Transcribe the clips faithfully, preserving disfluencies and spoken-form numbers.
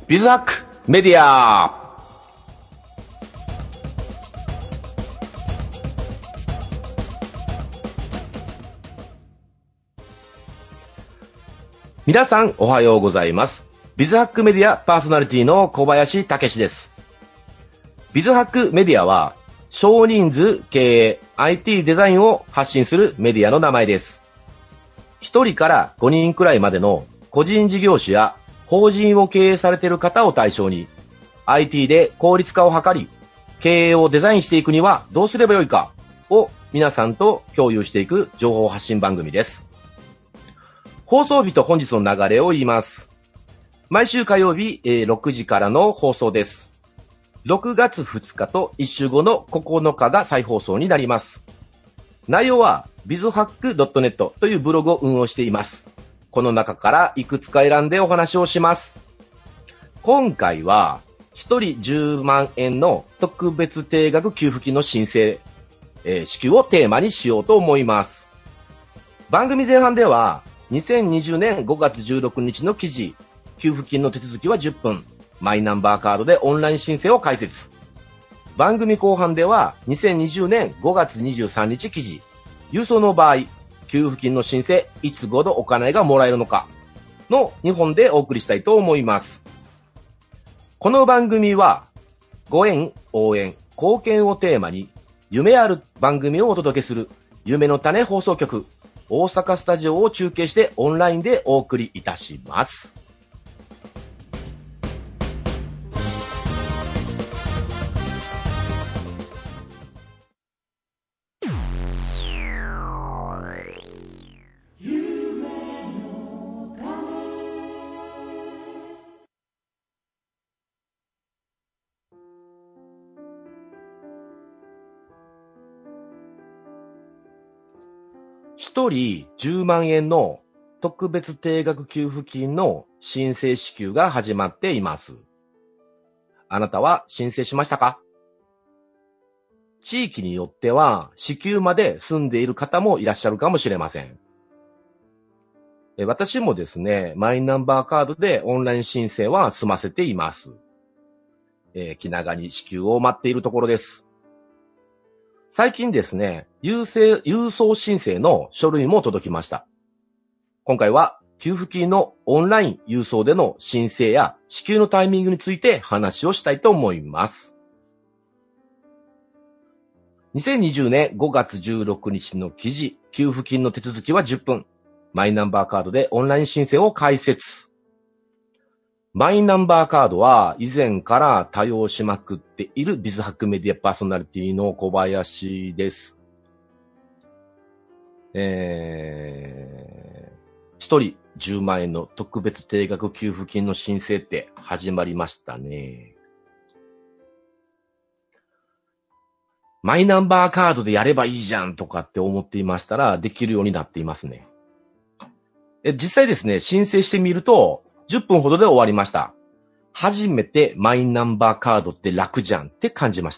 ビズハックメディア。皆さんおはようございます。ビズハックメディアパーソナリティの小林武史です。ビズハックメディアは少人数経営 アイティー デザインを発信するメディアの名前です。ひとりからごにんくらいまでの個人事業主や法人を経営されている方を対象に アイティー で効率化を図り、経営をデザインしていくにはどうすればよいかを皆さんと共有していく情報発信番組です。放送日と本日の流れを言います。毎週火曜日、えー、ろくじからの放送です。ろくがつふつかといっしゅうごのここのかが再放送になります。内容は ビズハックドットネット というブログを運用しています。この中からいくつか選んでお話をします。今回はひとりじゅうまんえんの特別定額給付金の申請、えー、支給をテーマにしようと思います。番組前半ではにせんにじゅうねんごがつじゅうろくにちの記事、給付金の手続きはじゅっぷん、マイナンバーカードでオンライン申請を解説。番組後半ではにせんにじゅうねんごがつにじゅうさんにち記事、郵送の場合、給付金の申請、いつごろお金がもらえるのかのにほんでお送りしたいと思います。この番組は、ご縁、応援、貢献をテーマに、夢ある番組をお届けする、夢の種放送局、大阪スタジオを中継してオンラインでお送りいたします。ひとりじゅうまんえんの特別定額給付金の申請支給が始まっています。あなたは申請しましたか？地域によっては支給まで済んでいる方もいらっしゃるかもしれません。私もですね、マイナンバーカードでオンライン申請は済ませています。えー、気長に支給を待っているところです。最近ですね、郵政、郵送申請の書類も届きました。今回は給付金のオンライン郵送での申請や支給のタイミングについて話をしたいと思います。にせんにじゅうねんごがつじゅうろくにちの記事、給付金の手続きはじゅっぷん。マイナンバーカードでオンライン申請を開設。マイナンバーカードは以前から多用しまくっているビズハックメディアパーソナリティの小林です。えー、ひとりじゅうまんえんの特別定額給付金の申請って始まりましたね。マイナンバーカードでやればいいじゃんとかって思っていましたらできるようになっていますね。え実際ですね、申請してみるとじゅっぷんほどで終わりました。初めてマイナンバーカードって楽じゃんって感じました。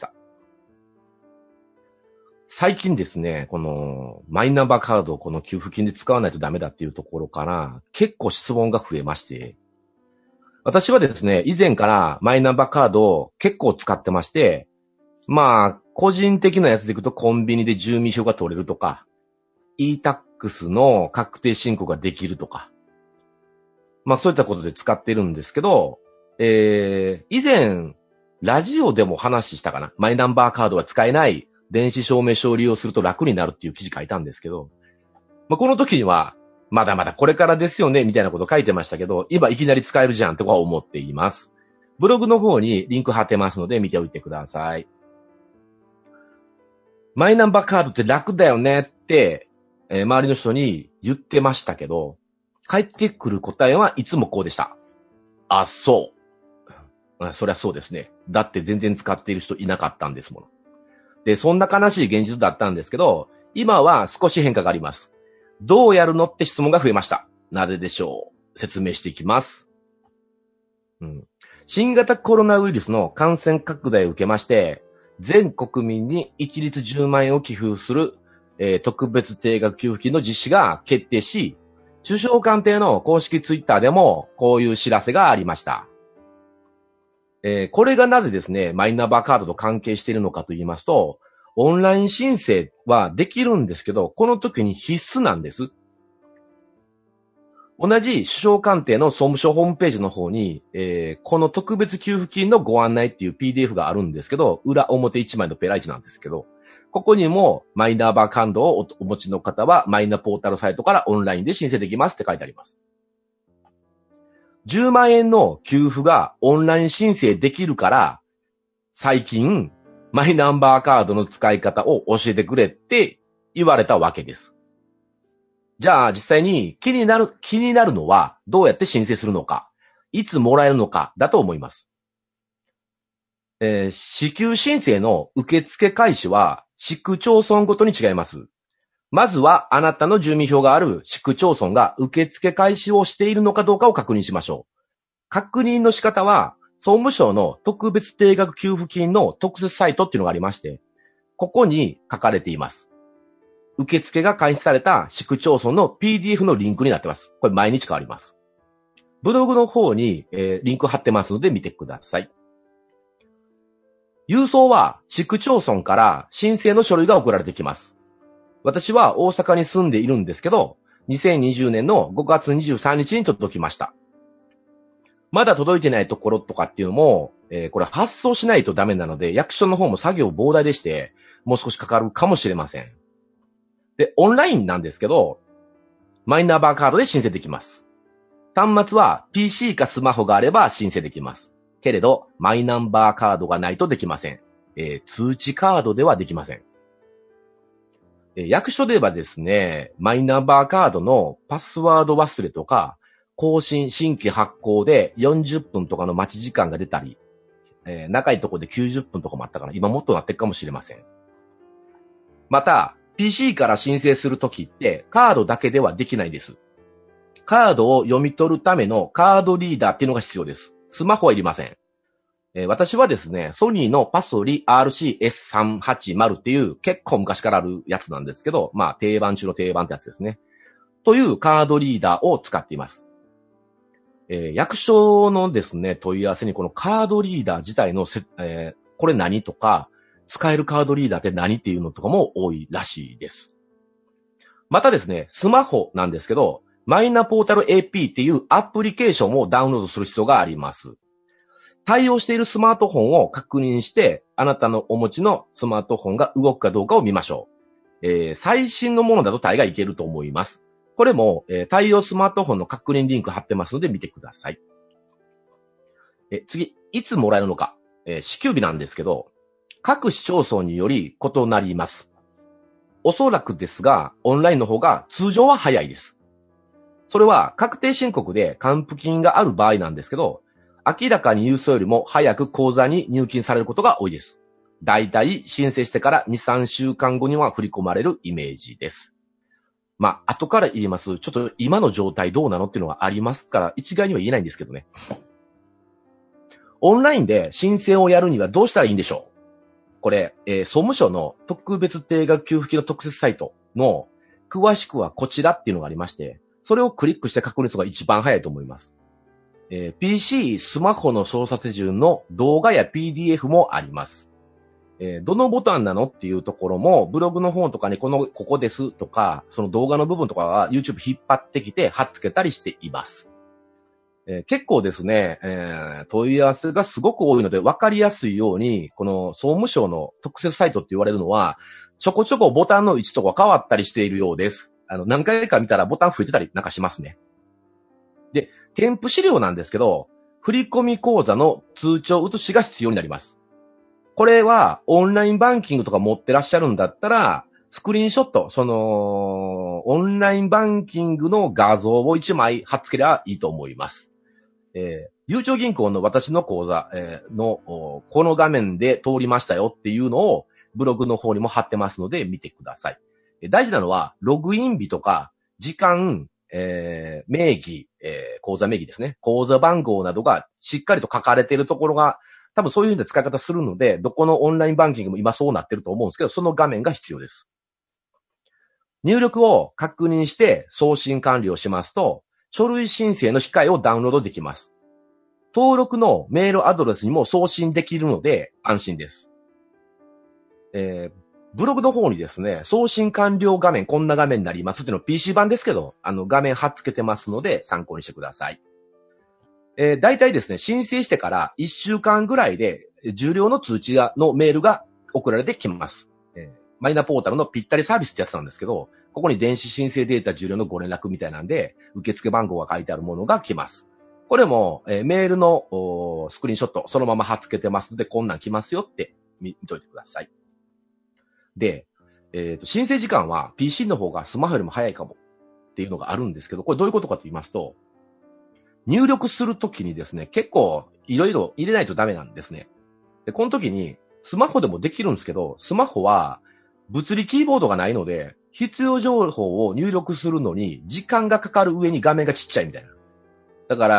最近ですね、このマイナンバーカードをこの給付金で使わないとダメだっていうところから結構質問が増えまして、私はですね、以前からマイナンバーカードを結構使ってまして、まあ、個人的なやつでいくとコンビニで住民票が取れるとか、イータックス の確定申告ができるとか、まあそういったことで使ってるんですけど、えー、以前、ラジオでも話したかな。マイナンバーカードが使えない電子証明書を利用すると楽になるっていう記事書いたんですけど、まあこの時には、まだまだこれからですよね、みたいなこと書いてましたけど、今いきなり使えるじゃんとか思っています。ブログの方にリンク貼ってますので見ておいてください。マイナンバーカードって楽だよねって、えー、周りの人に言ってましたけど、返ってくる答えはいつもこうでした。あ、そう。あ、そりゃそうですね。だって全然使っている人いなかったんですもの。で、そんな悲しい現実だったんですけど、今は少し変化があります。どうやるのって質問が増えました。なぜでしょう。説明していきます。うん、新型コロナウイルスの感染拡大を受けまして、全国民に一律じゅうまんえんを寄付する、えー、特別定額給付金の実施が決定し、首相官邸の公式ツイッターでもこういう知らせがありました。 えー、これがなぜですね、マイナンバーカードと関係しているのかと言いますと、オンライン申請はできるんですけど、この時に必須なんです。同じ首相官邸の総務省ホームページの方に、えー、この特別給付金のご案内っていう ピーディーエフ があるんですけど、裏表いちまいのペライチなんですけど、ここにもマイナンバーカードをお持ちの方はマイナポータルサイトからオンラインで申請できますって書いてあります。じゅうまんえんの給付がオンライン申請できるから、最近マイナンバーカードの使い方を教えてくれって言われたわけです。じゃあ実際に気になる、気になるのはどうやって申請するのか、いつもらえるのかだと思います。えー、支給申請の受付開始は市区町村ごとに違います。まずはあなたの住民票がある市区町村が受付開始をしているのかどうかを確認しましょう。確認の仕方は総務省の特別定額給付金の特設サイトっていうのがありまして、ここに書かれています。受付が開始された市区町村の ピーディーエフ のリンクになってます。これ毎日変わります。ブログの方に、えー、リンク貼ってますので見てください。郵送は市区町村から申請の書類が送られてきます。私は大阪に住んでいるんですけど、にせんにじゅうねんのごがつにじゅうさんにちに届きました。まだ届いてないところとかっていうのも、えー、これ発送しないとダメなので、役所の方も作業膨大でして、もう少しかかるかもしれません。で、オンラインなんですけど、マイナンバーカードで申請できます。端末は ピーシー かスマホがあれば申請できます。けれど、マイナンバーカードがないとできません。えー、通知カードではできません。えー、役所ではですね、マイナンバーカードのパスワード忘れとか、更新、新規発行でよんじゅっぷんとかの待ち時間が出たり、えー、長いところできゅうじゅっぷんとかもあったかな。今もっとなってるかもしれません。また、ピーシー から申請するときってカードだけではできないです。カードを読み取るためのカードリーダーっていうのが必要です。スマホはいりません。えー、私はですね、ソニーのパソリ アールシーエスさんはちまる っていう結構昔からあるやつなんですけど、まあ定番中の定番ってやつですね。というカードリーダーを使っています。えー、役所のですね、問い合わせにこのカードリーダー自体のせ、えー、これ何とか、使えるカードリーダーって何っていうのとかも多いらしいです。またですね、スマホなんですけど、マイナポータル エーピー っていうアプリケーションをダウンロードする必要があります。対応しているスマートフォンを確認して、あなたのお持ちのスマートフォンが動くかどうかを見ましょう。えー、最新のものだと大概いけると思います。これも、えー、対応スマートフォンの確認リンク貼ってますので見てください。え次、いつもらえるのか、えー、支給日なんですけど、各市町村により異なります。おそらくですが、オンラインの方が通常は早いです。それは確定申告で還付金がある場合なんですけど、明らかに郵送よりも早く口座に入金されることが多いです。だいたい申請してからに、さんしゅうかんごには振り込まれるイメージです。まあ、後から言います。ちょっと今の状態どうなのっていうのがありますから、一概には言えないんですけどね。オンラインで申請をやるにはどうしたらいいんでしょう？これ、えー、総務省の特別定額給付金の特設サイトの詳しくはこちらっていうのがありまして、それをクリックして確認するのが一番早いと思います。えー、ピーシー、スマホの操作手順の動画や ピーディーエフ もあります。えー、どのボタンなのっていうところも、ブログの方とかにこの、ここですとか、その動画の部分とかは YouTube 引っ張ってきて貼っつけたりしています。えー、結構ですね、えー、問い合わせがすごく多いので分かりやすいように、この総務省の特設サイトって言われるのは、ちょこちょこボタンの位置とか変わったりしているようです。あの、何回か見たらボタン増えてたりなんかしますね。で、添付資料なんですけど、振込口座の通帳写しが必要になります。これはオンラインバンキングとか持ってらっしゃるんだったら、スクリーンショット、その、オンラインバンキングの画像をいちまい貼っ付ければいいと思います。えー、ゆうちょ銀行の私の口座、えー、の、この画面で通りましたよっていうのをブログの方にも貼ってますので見てください。えー、大事なのは、ログイン日とか、時間、えー、名義、えー、口座名義ですね。口座番号などがしっかりと書かれているところが、多分そういう風な使い方するので、どこのオンラインバンキングも今そうなってると思うんですけど、その画面が必要です。入力を確認して送信完了しますと、書類申請の機械をダウンロードできます。 登録のメールアドレスにも送信できるので安心です。えー、ブログの方にですね、送信完了画面、こんな画面になりますっていうのを ピーシー 版ですけど、あの画面貼っ付けてますので参考にしてください。えー、大体ですね、申請してからいっしゅうかんぐらいで重量の通知がのメールが送られてきます。えー、マイナポータルのぴったりサービスってやつなんですけど、ここに電子申請データ重量のご連絡みたいなんで、受付番号が書いてあるものが来ます。これも、えー、メールのスクリーンショット、そのまま貼っ付けてますので、こんなん来ますよって見といてください。で、えっと、申請時間は ピーシー の方がスマホよりも早いかもっていうのがあるんですけど、これどういうことかと言いますと、入力するときにですね、結構いろいろ入れないとダメなんですね。で、この時にスマホでもできるんですけど、スマホは物理キーボードがないので、必要情報を入力するのに時間がかかる上に画面がちっちゃいみたいな。だから、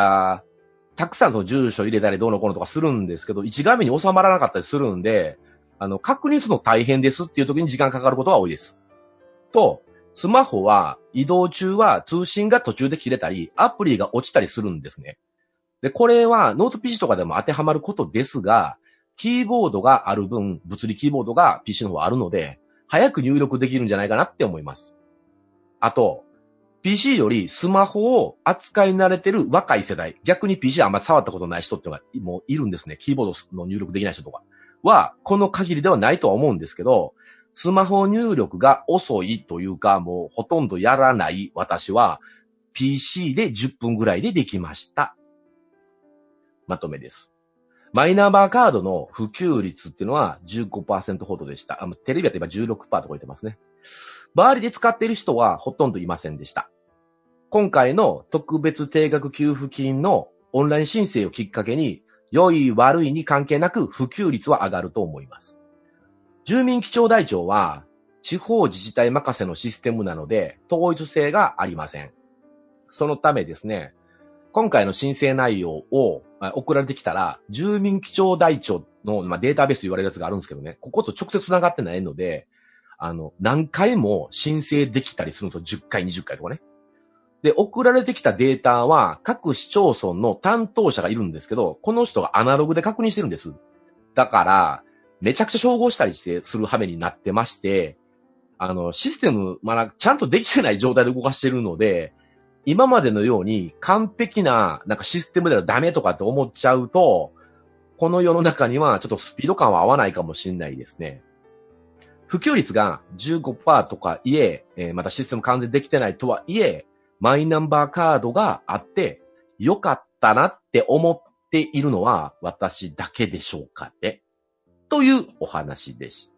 たくさんその住所入れたりどうのこうのとかするんですけど、一画面に収まらなかったりするんで、あの、確認するの大変ですっていう時に時間かかることが多いです。と、スマホは移動中は通信が途中で切れたり、アプリが落ちたりするんですね。で、これはノート ピーシー とかでも当てはまることですが、キーボードがある分、物理キーボードが ピーシー の方があるので、早く入力できるんじゃないかなって思います。あと、ピーシー よりスマホを扱い慣れてる若い世代、逆に ピーシー あんまり触ったことない人っていうのがもういるんですね。キーボードの入力できない人とかは、この限りではないとは思うんですけど、スマホ入力が遅いというか、もうほとんどやらない私は、ピーシー でじゅっぷんぐらいでできました。まとめです。マイナンバーカードの普及率っていうのは じゅうごパーセント ほどでした。あテレビだと今 じゅうろくパーセント とか言ってますね。周りで使っている人はほとんどいませんでした。今回の特別定額給付金のオンライン申請をきっかけに、良い悪いに関係なく普及率は上がると思います。住民基調台帳は地方自治体任せのシステムなので統一性がありません。そのためですね、今回の申請内容を送られてきたら、住民基調台帳の、まあ、データベースと言われるやつがあるんですけどね、ここと直接繋がってないので、あの、何回も申請できたりするとじゅっかい、にじゅっかいとかね。で、送られてきたデータは各市町村の担当者がいるんですけど、この人がアナログで確認してるんです。だから、めちゃくちゃ照合したりしてする羽目になってまして、あの、システム、まだちゃんとできてない状態で動かしてるので、今までのように完璧な、なんかシステムではダメとかって思っちゃうと、この世の中にはちょっとスピード感は合わないかもしれないですね。普及率が じゅうごパーセント とかいえ、えー、またシステム完全できてないとはいえ、マイナンバーカードがあってよかったなって思っているのは私だけでしょうかね。というお話でした。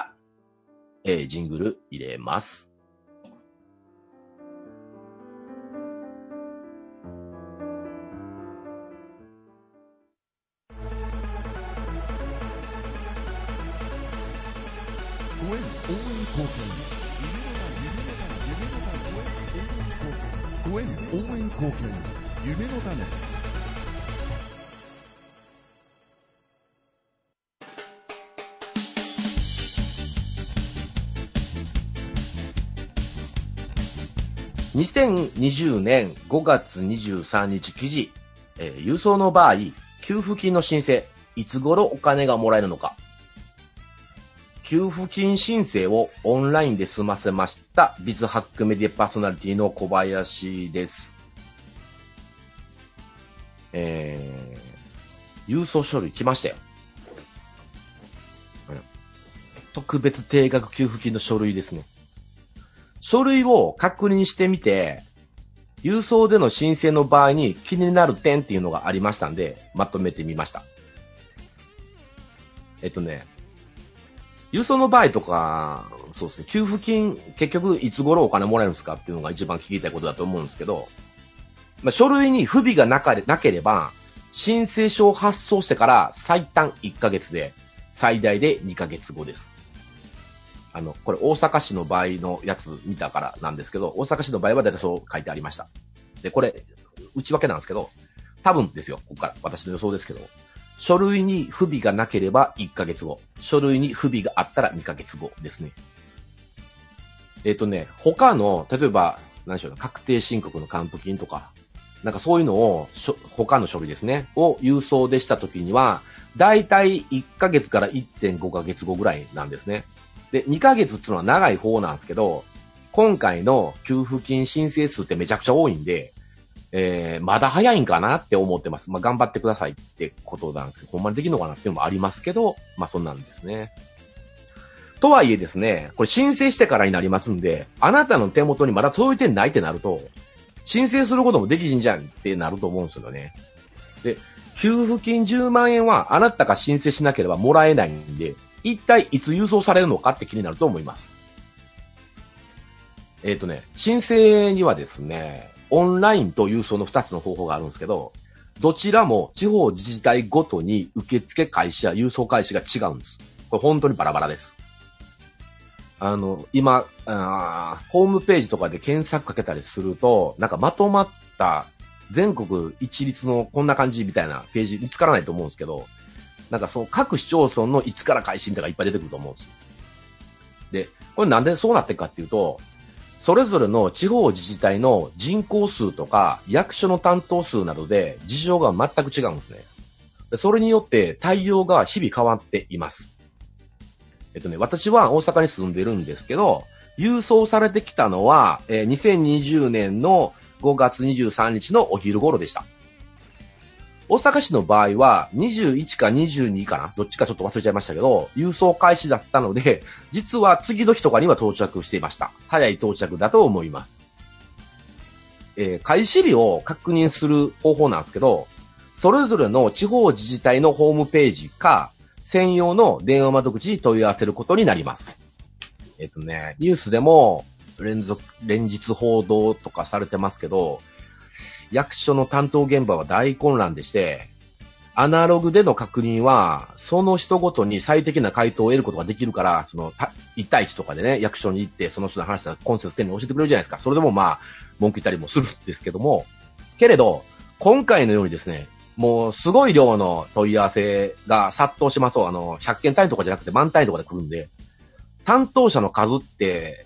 えー、ジングル入れます。 応援貢献応援応援貢献夢の種にせんにじゅうねんごがつにじゅうさんにち記事、えー、郵送の場合、給付金の申請、いつ頃お金がもらえるのか。給付金申請をオンラインで済ませました。ビズハックメディアパーソナリティの小林です。えー、郵送書類来ましたよ。特別定額給付金の書類ですね。書類を確認してみて、郵送での申請の場合に気になる点っていうのがありましたんで、まとめてみました。えっとね、郵送の場合とか、そうですね、給付金、結局いつ頃お金もらえるんですかっていうのが一番聞きたいことだと思うんですけど、まあ、書類に不備がなかれ、なければ、申請書を発送してから最短いっかげつで、最大でにかげつごです。あの、これ大阪市の場合のやつ見たからなんですけど、大阪市の場合はだいたいそう書いてありました。で、これ、内訳なんですけど、多分ですよ、ここから私の予想ですけど、書類に不備がなければいっかげつご、書類に不備があったらにかげつごですね。えっとね、他の、例えば、何でしょうね、確定申告の還付金とかなんかそういうのを、他の書類ですね、を郵送でした時には、だいたいいっかげつから いってんごかげつごぐらいなんですね。で、にかげつっていうのは長い方なんですけど、今回の給付金申請数ってめちゃくちゃ多いんで、えー、まだ早いんかなって思ってます。まあ、頑張ってくださいってことなんですけど、ほんまにできるのかなっていうのもありますけど、まあ、そんなんですね。とはいえですね、これ申請してからになりますんで、あなたの手元にまだ届いてないってなると、申請することもできひんじゃんってなると思うんですよね。で、給付金じゅうまんえんはあなたが申請しなければもらえないんで、一体いつ郵送されるのかって気になると思います。えっとね、申請にはですね、オンラインと郵送のふたつの方法があるんですけど、どちらも地方自治体ごとに受付開始や郵送開始が違うんです。これ本当にバラバラです。あの、今、あホームページとかで検索かけたりすると、なんかまとまった全国一律のこんな感じみたいなページ見つからないと思うんですけど、なんかそう各市町村のいつから開始みたいなのがいっぱい出てくると思うんです。で、これなんでそうなってるかっていうと、それぞれの地方自治体の人口数とか役所の担当数などで事情が全く違うんですね。それによって対応が日々変わっています。えっとね、私は大阪に住んでるんですけど、郵送されてきたのは、えー、にせんにじゅうねんのごがつにじゅうさんにちのお昼頃でした。大阪市の場合はにじゅういちかにじゅうにかな、どっちかちょっと忘れちゃいましたけど、郵送開始だったので、実は次の日とかには到着していました。早い到着だと思います。えー、開始日を確認する方法なんですけど、それぞれの地方自治体のホームページか、専用の電話窓口に問い合わせることになります。えっとね、ニュースでも連続、連日報道とかされてますけど、役所の担当現場は大混乱でして、アナログでの確認は、その人ごとに最適な回答を得ることができるから、その、いち対いちとかでね、役所に行って、その人の話したら今節丁寧に教えてくれるじゃないですか。それでもまあ、文句言ったりもするんですけども、けれど、今回のようにですね、もうすごい量の問い合わせが殺到します。あの、ひゃっけん単位とかじゃなくて万単位とかで来るんで、担当者の数って、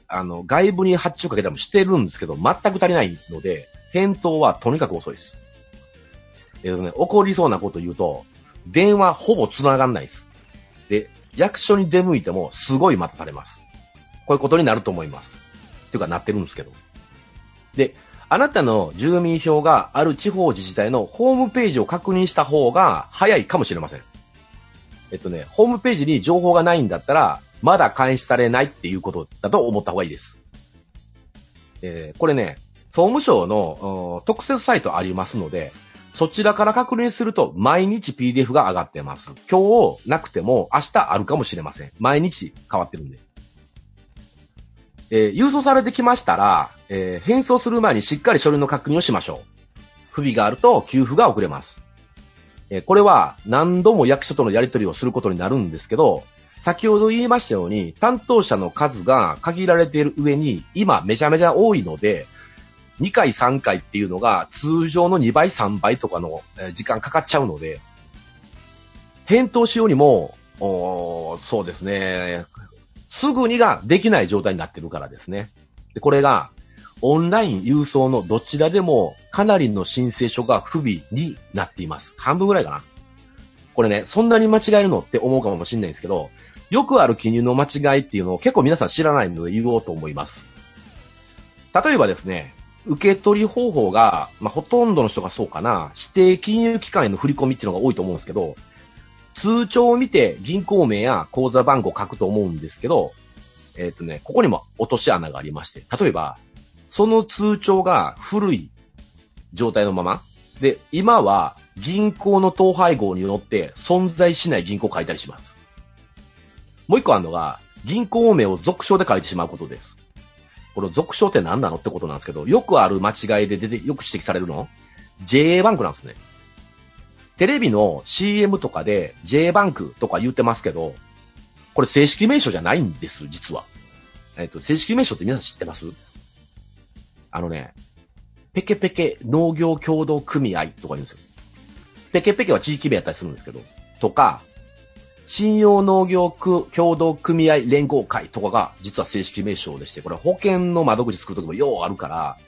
あの、外部に発注かけたりもしてるんですけど、全く足りないので、返答はとにかく遅いです。えっとね、起こりそうなこと言うと、電話ほぼ繋がんないです。で、役所に出向いてもすごい待たれます。こういうことになると思います。っていうかなってるんですけど。で、あなたの住民票がある地方自治体のホームページを確認した方が早いかもしれません。えっとね、ホームページに情報がないんだったら、まだ監視されないっていうことだと思った方がいいです。えー、これね、総務省の特設サイトありますので、そちらから確認すると毎日 ピーディーエフ が上がってます。今日なくても明日あるかもしれません。毎日変わってるんで。えー、郵送されてきましたら、えー、返送する前にしっかり書類の確認をしましょう。不備があると給付が遅れます。えー、これは何度も役所とのやり取りをすることになるんですけど、先ほど言いましたように担当者の数が限られている上に今めちゃめちゃ多いので、にかいさんかいっていうのが通常のにばいさんばいとかの時間かかっちゃうので、返答しようにも、そうですね、すぐにができない状態になってるからですね。で、これがオンライン郵送のどちらでもかなりの申請書が不備になっています。半分ぐらいかな。これね、そんなに間違えるのって思うかもしれないんですけど、よくある記入の間違いっていうのを結構皆さん知らないので言おうと思います。例えばですね、受け取り方法が、まあ、ほとんどの人がそうかな、指定金融機関への振り込みっていうのが多いと思うんですけど、通帳を見て銀行名や口座番号を書くと思うんですけど、えっとね、ここにも落とし穴がありまして、例えば、その通帳が古い状態のまま、で、今は銀行の統廃合によって存在しない銀行を書いたりします。もう一個あるのが、銀行名を俗称で書いてしまうことです。この俗称って何なのってことなんですけど、よくある間違いで出て、よく指摘されるの ジェーエー バンクなんですね。テレビの シーエム とかで ジェー バンクとか言ってますけど、これ正式名称じゃないんです、実は。えっと、正式名称って皆さん知ってます？あのね、ペケペケ農業協同組合とか言うんですよ。ペケペケは地域名やったりするんですけど、とか、信用農業協同組合連合会とかが実は正式名称でして、これ保険の窓口作るときもようあるから、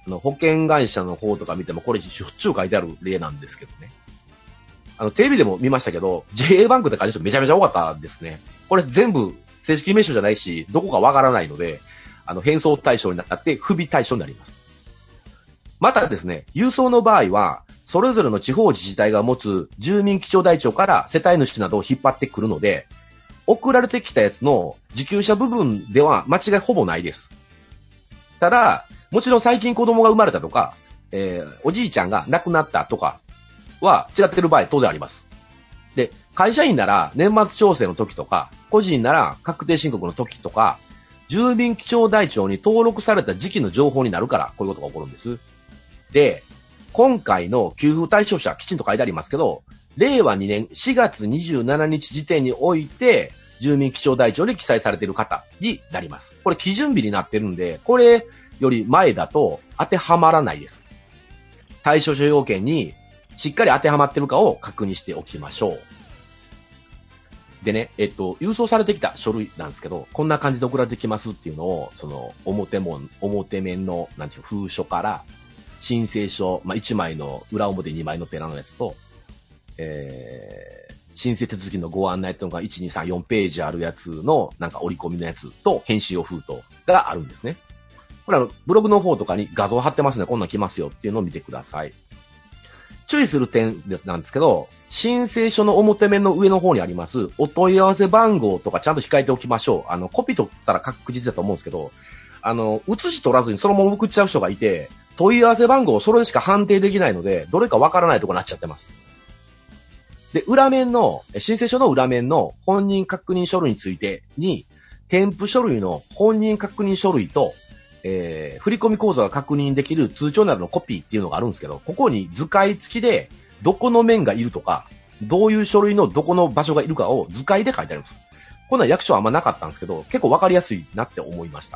あの、保険会社の方とか見ても、これしょっちゅう書いてある例なんですけどね。あの、テレビでも見ましたけど、ジェーエー バンクって書いてる人めちゃめちゃ多かったですね。これ全部正式名称じゃないし、どこかわからないので、あの、返送対象になって不備対象になります。またですね、郵送の場合は、それぞれの地方自治体が持つ住民基調台帳から世帯主などを引っ張ってくるので、送られてきたやつの受給者部分では間違いほぼないです。ただ、もちろん最近子供が生まれたとか、えー、おじいちゃんが亡くなったとかは違ってる場合当然あります。で、会社員なら年末調整の時とか、個人なら確定申告の時とか、住民基調台帳に登録された時期の情報になるからこういうことが起こるんです。で、今回の給付対象者きちんと書いてありますけど、れいわにねんしがつにじゅうしちにち時点において、住民基調台帳に記載されている方になります。これ基準日になってるんで、これより前だと当てはまらないです。対象者要件にしっかり当てはまってるかを確認しておきましょう。でね、えっと、郵送されてきた書類なんですけど、こんな感じで送られてきますっていうのを、その、表も、表面の、なんていう、封書から、申請書、まあ、いちまいの裏表にまいのペラのやつと、えー、申請手続きのご案内というのがいち、に、さん、よんページあるやつの、なんか折り込みのやつと、返信用封筒があるんですね。これあの、ブログの方とかに画像貼ってますね。こんなん来ますよっていうのを見てください。注意する点なんですけど、申請書の表面の上の方にあります、お問い合わせ番号とかちゃんと控えておきましょう。あの、コピー取ったら確実だと思うんですけど、あの、写し取らずにそのまま送っちゃう人がいて、問い合わせ番号をそれでしか判定できないので、どれかわからないとこになっちゃってます。で、裏面の、申請書の裏面の本人確認書類についてに、添付書類の本人確認書類と、えー、振込口座が確認できる通帳などのコピーっていうのがあるんですけど、ここに図解付きで、どこの面がいるとか、どういう書類のどこの場所がいるかを図解で書いてあります。こんな役所はあんまなかったんですけど、結構わかりやすいなって思いました。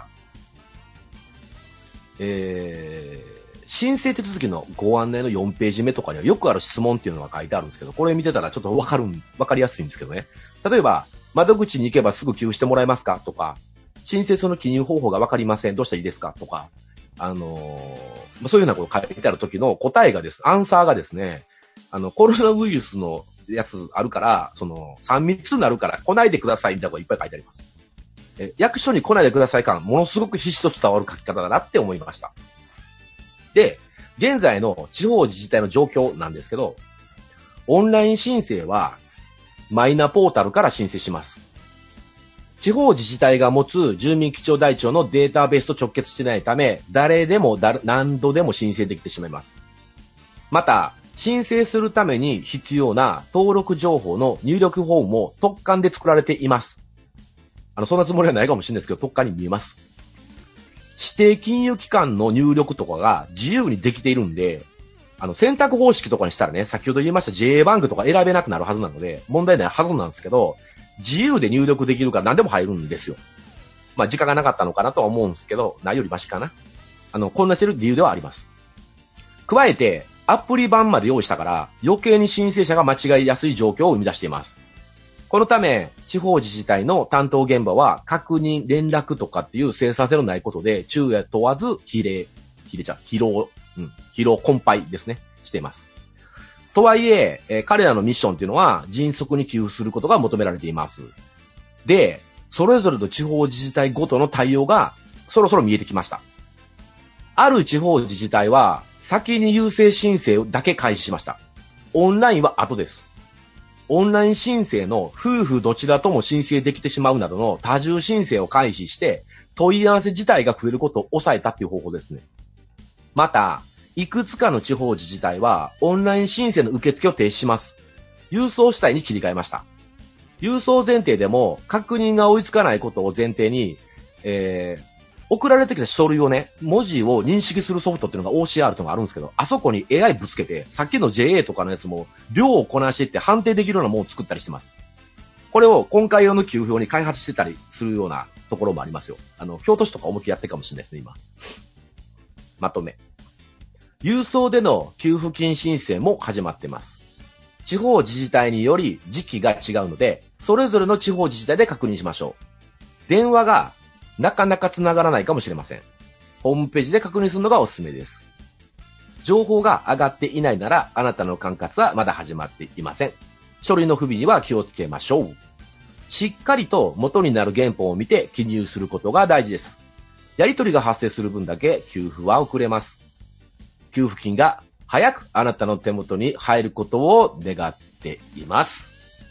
えー、申請手続きのご案内のよんページ目とかにはよくある質問っていうのが書いてあるんですけど、これ見てたらちょっとわかる、わかりやすいんですけどね。例えば、窓口に行けばすぐ給付してもらえますかとか、申請書の記入方法がわかりません。どうしたらいいですかとか、あのー、そういうようなこと書いてある時の答えがです、アンサーがですね、あの、コロナウイルスのやつあるから、その、さん密になるから来ないでくださいみたいなことがいっぱい書いてあります。え、役所に来ないでください感、ものすごく必死と伝わる書き方だなって思いました。で、現在の地方自治体の状況なんですけど、オンライン申請は、マイナポータルから申請します。地方自治体が持つ住民基調台帳のデータベースと直結してないため、誰でも誰何度でも申請できてしまいます。また、申請するために必要な登録情報の入力フォームも特管で作られています。あの、そんなつもりはないかもしれないですけど、特管に見えます。指定金融機関の入力とかが自由にできているんで、あの、選択方式とかにしたらね、先ほど言いました ジェーエー バンクとか選べなくなるはずなので、問題ないはずなんですけど、自由で入力できるから何でも入るんですよ。まあ、時間がなかったのかなとは思うんですけど、ないよりマシかな。あの、こんなしてる理由ではあります。加えて、アプリ版まで用意したから、余計に申請者が間違いやすい状況を生み出しています。このため、地方自治体の担当現場は、確認、連絡とかっていう生産性のないことで、昼夜問わず、比例、比例ちゃう、疲労、うん、疲労困憊ですね、しています。とはいえ、えー、彼らのミッションっていうのは、迅速に給付することが求められています。で、それぞれの地方自治体ごとの対応が、そろそろ見えてきました。ある地方自治体は、先に優先申請だけ開始しました。オンラインは後です。オンライン申請の夫婦どちらとも申請できてしまうなどの多重申請を回避して、問い合わせ自体が増えることを抑えたっていう方法ですね。また、いくつかの地方自治体は、オンライン申請の受付を停止します。郵送主体に切り替えました。郵送前提でも、確認が追いつかないことを前提に、えー、送られてきた書類をね、文字を認識するソフトっていうのが オーシーアール というのがあるんですけど、あそこに エーアイ ぶつけて、さっきの ジェーエー とかのやつも、量をこなしていって判定できるようなものを作ったりしてます。これを今回用の給付用に開発してたりするようなところもありますよ。あの、京都市とか思いっきりやってるかもしれないですね、今。まとめ。郵送での給付金申請も始まっています。地方自治体により時期が違うので、それぞれの地方自治体で確認しましょう。電話がなかなか繋がらないかもしれません。 ホームページで確認するのがおすすめです。情報が上がっていないなら、あなたの管轄はまだ始まっていません。書類の不備には気をつけましょう。しっかりと元になる原本を見て記入することが大事です。やり取りが発生する分だけ給付は遅れます。給付金が早くあなたの手元に入ることを願っています。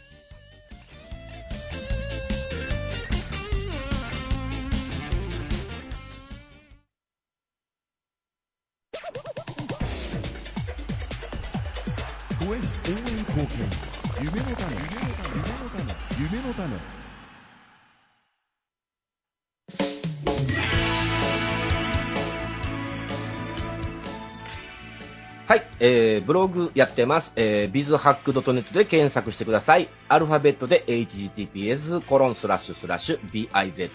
公園応援貢献夢の種夢の種はい、えー、ブログやってます。えー、ビズハックドットネット で検索してください。アルファベットで エイチティーティーピーエス コロンスラッシュスラッシュ ビザハッ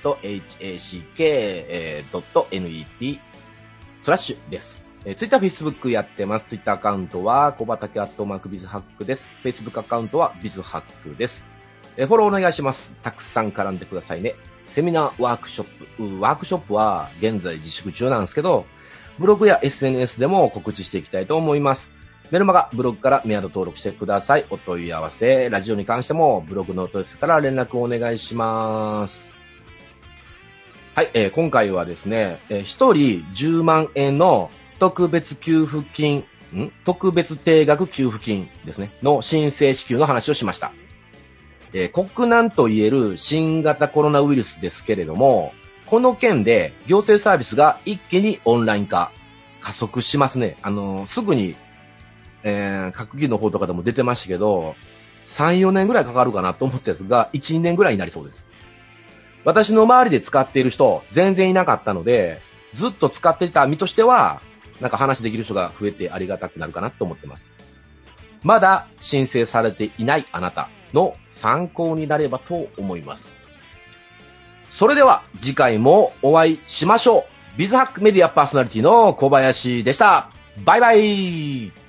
ク ドットネット スラッシュです。えー、ツイッター、フェイスブックやってます。ツイッターアカウントは小畑アットマークビズハックです。フェイスブックアカウントはビズハックです。えー、フォローお願いします。たくさん絡んでくださいね。セミナーワークショップ、ワークショップは現在自粛中なんですけど、ブログや エスエヌエス でも告知していきたいと思います。メルマガ、ブログからメアド登録してください。お問い合わせ、ラジオに関してもブログのお問い合わせから連絡をお願いします。はい、えー、今回はですね、えー、ひとりじゅうまんえんの特別給付金、ん特別定額給付金ですね、の申請支給の話をしました。えー、国難といえる新型コロナウイルスですけれども、この件で行政サービスが一気にオンライン化、加速しますね。あのー、すぐに、えー、閣議の方とかでも出てましたけど、さん、よねんぐらいかかるかなと思ったやつがいち、にねんぐらいになりそうです。私の周りで使っている人、全然いなかったので、ずっと使っていた身としては、なんか話できる人が増えてありがたくなるかなと思ってます。まだ申請されていないあなたの参考になればと思います。それでは次回もお会いしましょう。ビズハックメディアパーソナリティの小林でした。バイバイ。